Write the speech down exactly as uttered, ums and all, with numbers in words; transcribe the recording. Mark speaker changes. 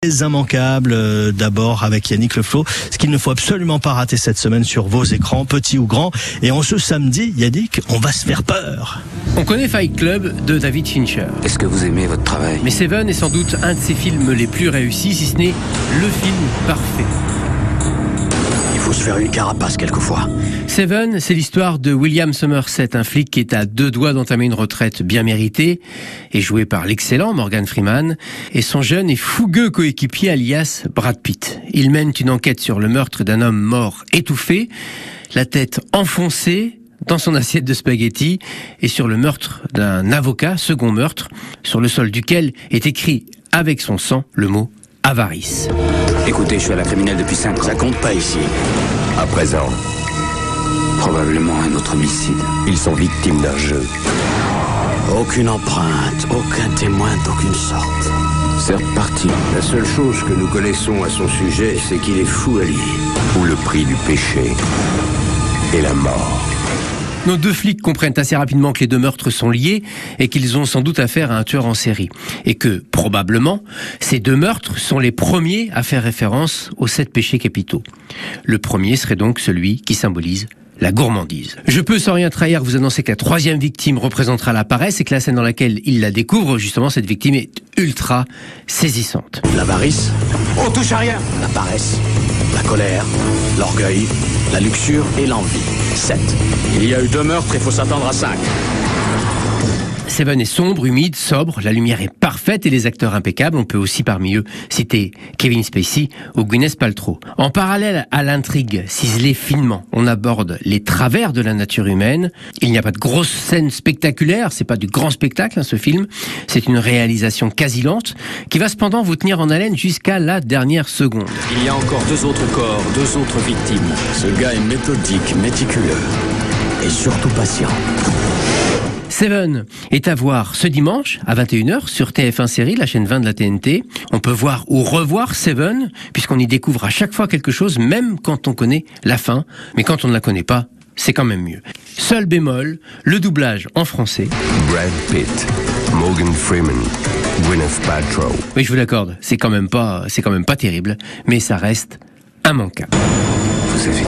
Speaker 1: Les immanquables, euh, d'abord avec Yannick Le Flo, ce qu'il ne faut absolument pas rater cette semaine sur vos écrans, petits ou grands. Et en ce samedi, Yannick, on va se faire peur.
Speaker 2: On connaît Fight Club de David Fincher.
Speaker 3: Est-ce que vous aimez votre travail?
Speaker 2: Mais Seven est sans doute un de ses films les plus réussis, si ce n'est le film parfait.
Speaker 4: Il faut se faire une carapace quelquefois.
Speaker 2: Seven, c'est l'histoire de William Somerset, un flic qui est à deux doigts d'entamer une retraite bien méritée, et joué par l'excellent Morgan Freeman, et son jeune et fougueux coéquipier alias Brad Pitt. Ils mènent une enquête sur le meurtre d'un homme mort étouffé, la tête enfoncée dans son assiette de spaghettis, et sur le meurtre d'un avocat, second meurtre, sur le sol duquel est écrit avec son sang le mot avarice.
Speaker 3: Écoutez, je suis à la criminelle depuis cinq ans.
Speaker 4: Ça compte pas ici.
Speaker 5: À présent,
Speaker 3: Probablement un autre homicide.
Speaker 5: ils sont victimes d'un jeu.
Speaker 4: Aucune empreinte, aucun témoin d'aucune sorte.
Speaker 3: C'est reparti.
Speaker 6: La seule chose que nous connaissons à son sujet, c'est qu'il est fou allié.
Speaker 5: Où le prix du péché est la mort.
Speaker 2: Nos deux flics comprennent assez rapidement que les deux meurtres sont liés et qu'ils ont sans doute affaire à un tueur en série. Et que, probablement, ces deux meurtres sont les premiers à faire référence aux sept péchés capitaux. Le premier serait donc celui qui symbolise la gourmandise. Je peux sans rien trahir vous annoncer que la troisième victime représentera la paresse et que la scène dans laquelle il la découvre, justement, cette victime est ultra saisissante.
Speaker 4: L'avarice,
Speaker 6: On touche à rien.
Speaker 4: la paresse, la colère, l'orgueil, la luxure et l'envie. Sept.
Speaker 6: Il y a eu deux meurtres, il faut s'attendre à cinq.
Speaker 2: Seven est sombre, humide, sobre, la lumière est parfaite et les acteurs impeccables. On peut aussi parmi eux citer Kevin Spacey ou Gwyneth Paltrow. En parallèle à l'intrigue ciselée finement, on aborde les travers de la nature humaine. Il n'y a pas de grosses scènes spectaculaires, c'est pas du grand spectacle hein, ce film. C'est une réalisation quasi lente qui va cependant vous tenir en haleine jusqu'à la dernière seconde.
Speaker 7: Il y a encore deux autres corps, deux autres victimes.
Speaker 4: Ce gars est méthodique, méticuleux et surtout patient.
Speaker 2: Seven est à voir ce dimanche à vingt et une heures sur T F un Série, la chaîne vingt de la T N T. On peut voir ou revoir Seven, puisqu'on y découvre à chaque fois quelque chose, même quand on connaît la fin. Mais quand on ne la connaît pas, c'est quand même mieux. Seul bémol, le doublage en français.
Speaker 5: Brad Pitt, Morgan Freeman, Gwyneth Paltrow.
Speaker 2: Oui, je vous l'accorde, c'est quand même pas, c'est quand même pas terrible, mais ça reste immanquable.
Speaker 3: Vous avez